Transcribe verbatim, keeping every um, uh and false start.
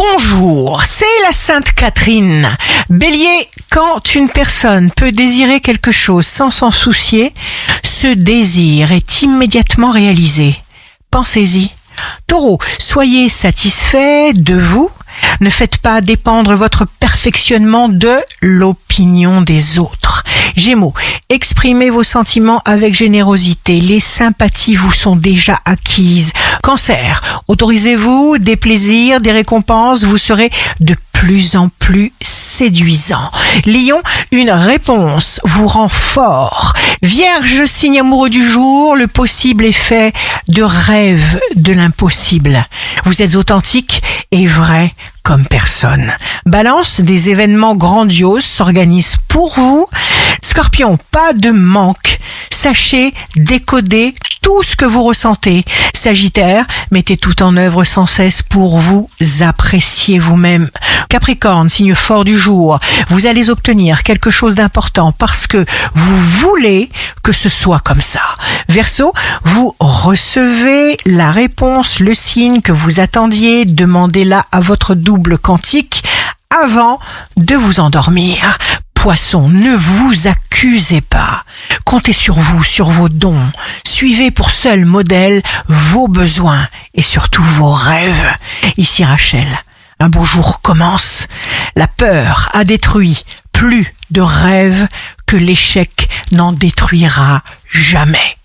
Bonjour, c'est la Sainte Catherine. Bélier, quand une personne peut désirer quelque chose sans s'en soucier, ce désir est immédiatement réalisé. Pensez-y. Taureau, soyez satisfait de vous. Ne faites pas dépendre votre perfectionnement de l'opinion des autres. Gémeaux, exprimez vos sentiments avec générosité. Les sympathies vous sont déjà acquises. Cancer, autorisez-vous des plaisirs, des récompenses. Vous serez de plus en plus séduisant. Lion, une réponse vous rend fort. Vierge, signe amoureux du jour, le possible est fait de rêve de l'impossible. Vous êtes authentique et vrai comme personne. Balance, des événements grandioses s'organisent pour vous. Scorpion, pas de manque. Sachez décoder tout ce que vous ressentez. Sagittaire, mettez tout en œuvre sans cesse pour vous apprécier vous-même. Capricorne, signe fort du jour, vous allez obtenir quelque chose d'important parce que vous voulez que ce soit comme ça. Verseau, vous recevez la réponse, le signe que vous attendiez, demandez-la à votre double quantique avant de vous endormir. Poisson, ne vous accusez pas. Comptez sur vous, sur vos dons. Suivez pour seul modèle vos besoins et surtout vos rêves. Ici Rachel, un beau jour commence. La peur a détruit plus de rêves que l'échec n'en détruira jamais.